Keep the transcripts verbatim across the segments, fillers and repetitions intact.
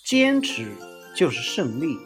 坚持就是胜利。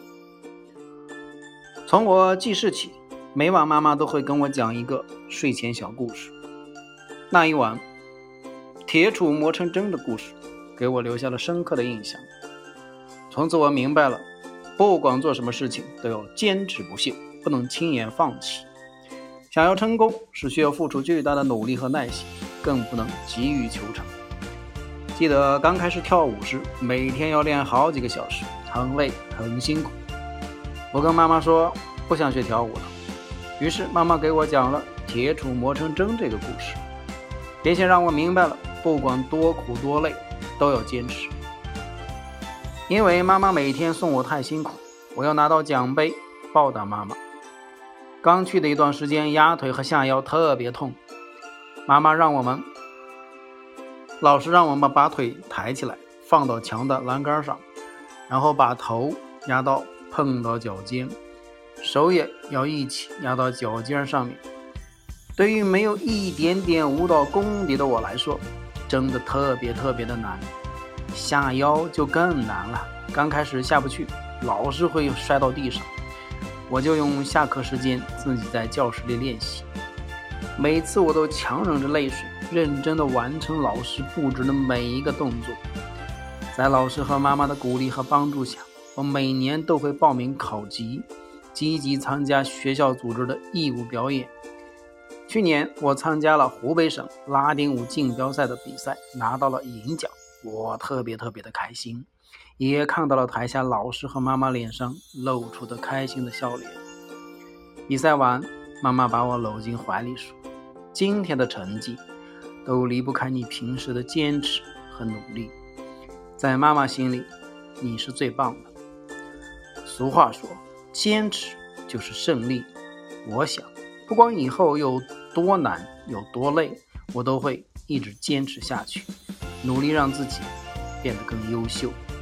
从我记事起，每晚妈妈都会跟我讲一个睡前小故事。那一晚，铁杵磨成针的故事给我留下了深刻的印象。从此我明白了，不管做什么事情都要坚持不懈，不能轻言放弃。想要成功是需要付出巨大的努力和耐心，更不能急于求成。记得刚开始跳舞时，每天要练好几个小时，很累很辛苦。我跟妈妈说不想学跳舞了，于是妈妈给我讲了铁杵磨成针这个故事，并且让我明白了不管多苦多累都要坚持。因为妈妈每天送我太辛苦，我要拿到奖杯报答妈妈。刚去的一段时间，压腿和下腰特别痛，妈妈让我们老师让我们把腿抬起来放到墙的栏杆上，然后把头压到碰到脚尖，手也要一起压到脚尖上面。对于没有一点点舞蹈功底的我来说，真的特别特别的难。下腰就更难了，刚开始下不去，老是会摔到地上。我就用下课时间自己在教室里练习，每次我都强忍着泪水，认真地完成老师布置的每一个动作。在老师和妈妈的鼓励和帮助下，我每年都会报名考级，积极参加学校组织的义务表演。去年我参加了湖北省拉丁舞竞标赛的比赛，拿到了银奖，我特别特别的开心，也看到了台下老师和妈妈脸上露出的开心的笑脸。比赛完，妈妈把我搂进怀里说，今天的成绩都离不开你平时的坚持和努力，在妈妈心里你是最棒的。俗话说，坚持就是胜利。我想不管以后有多难有多累，我都会一直坚持下去，努力让自己变得更优秀。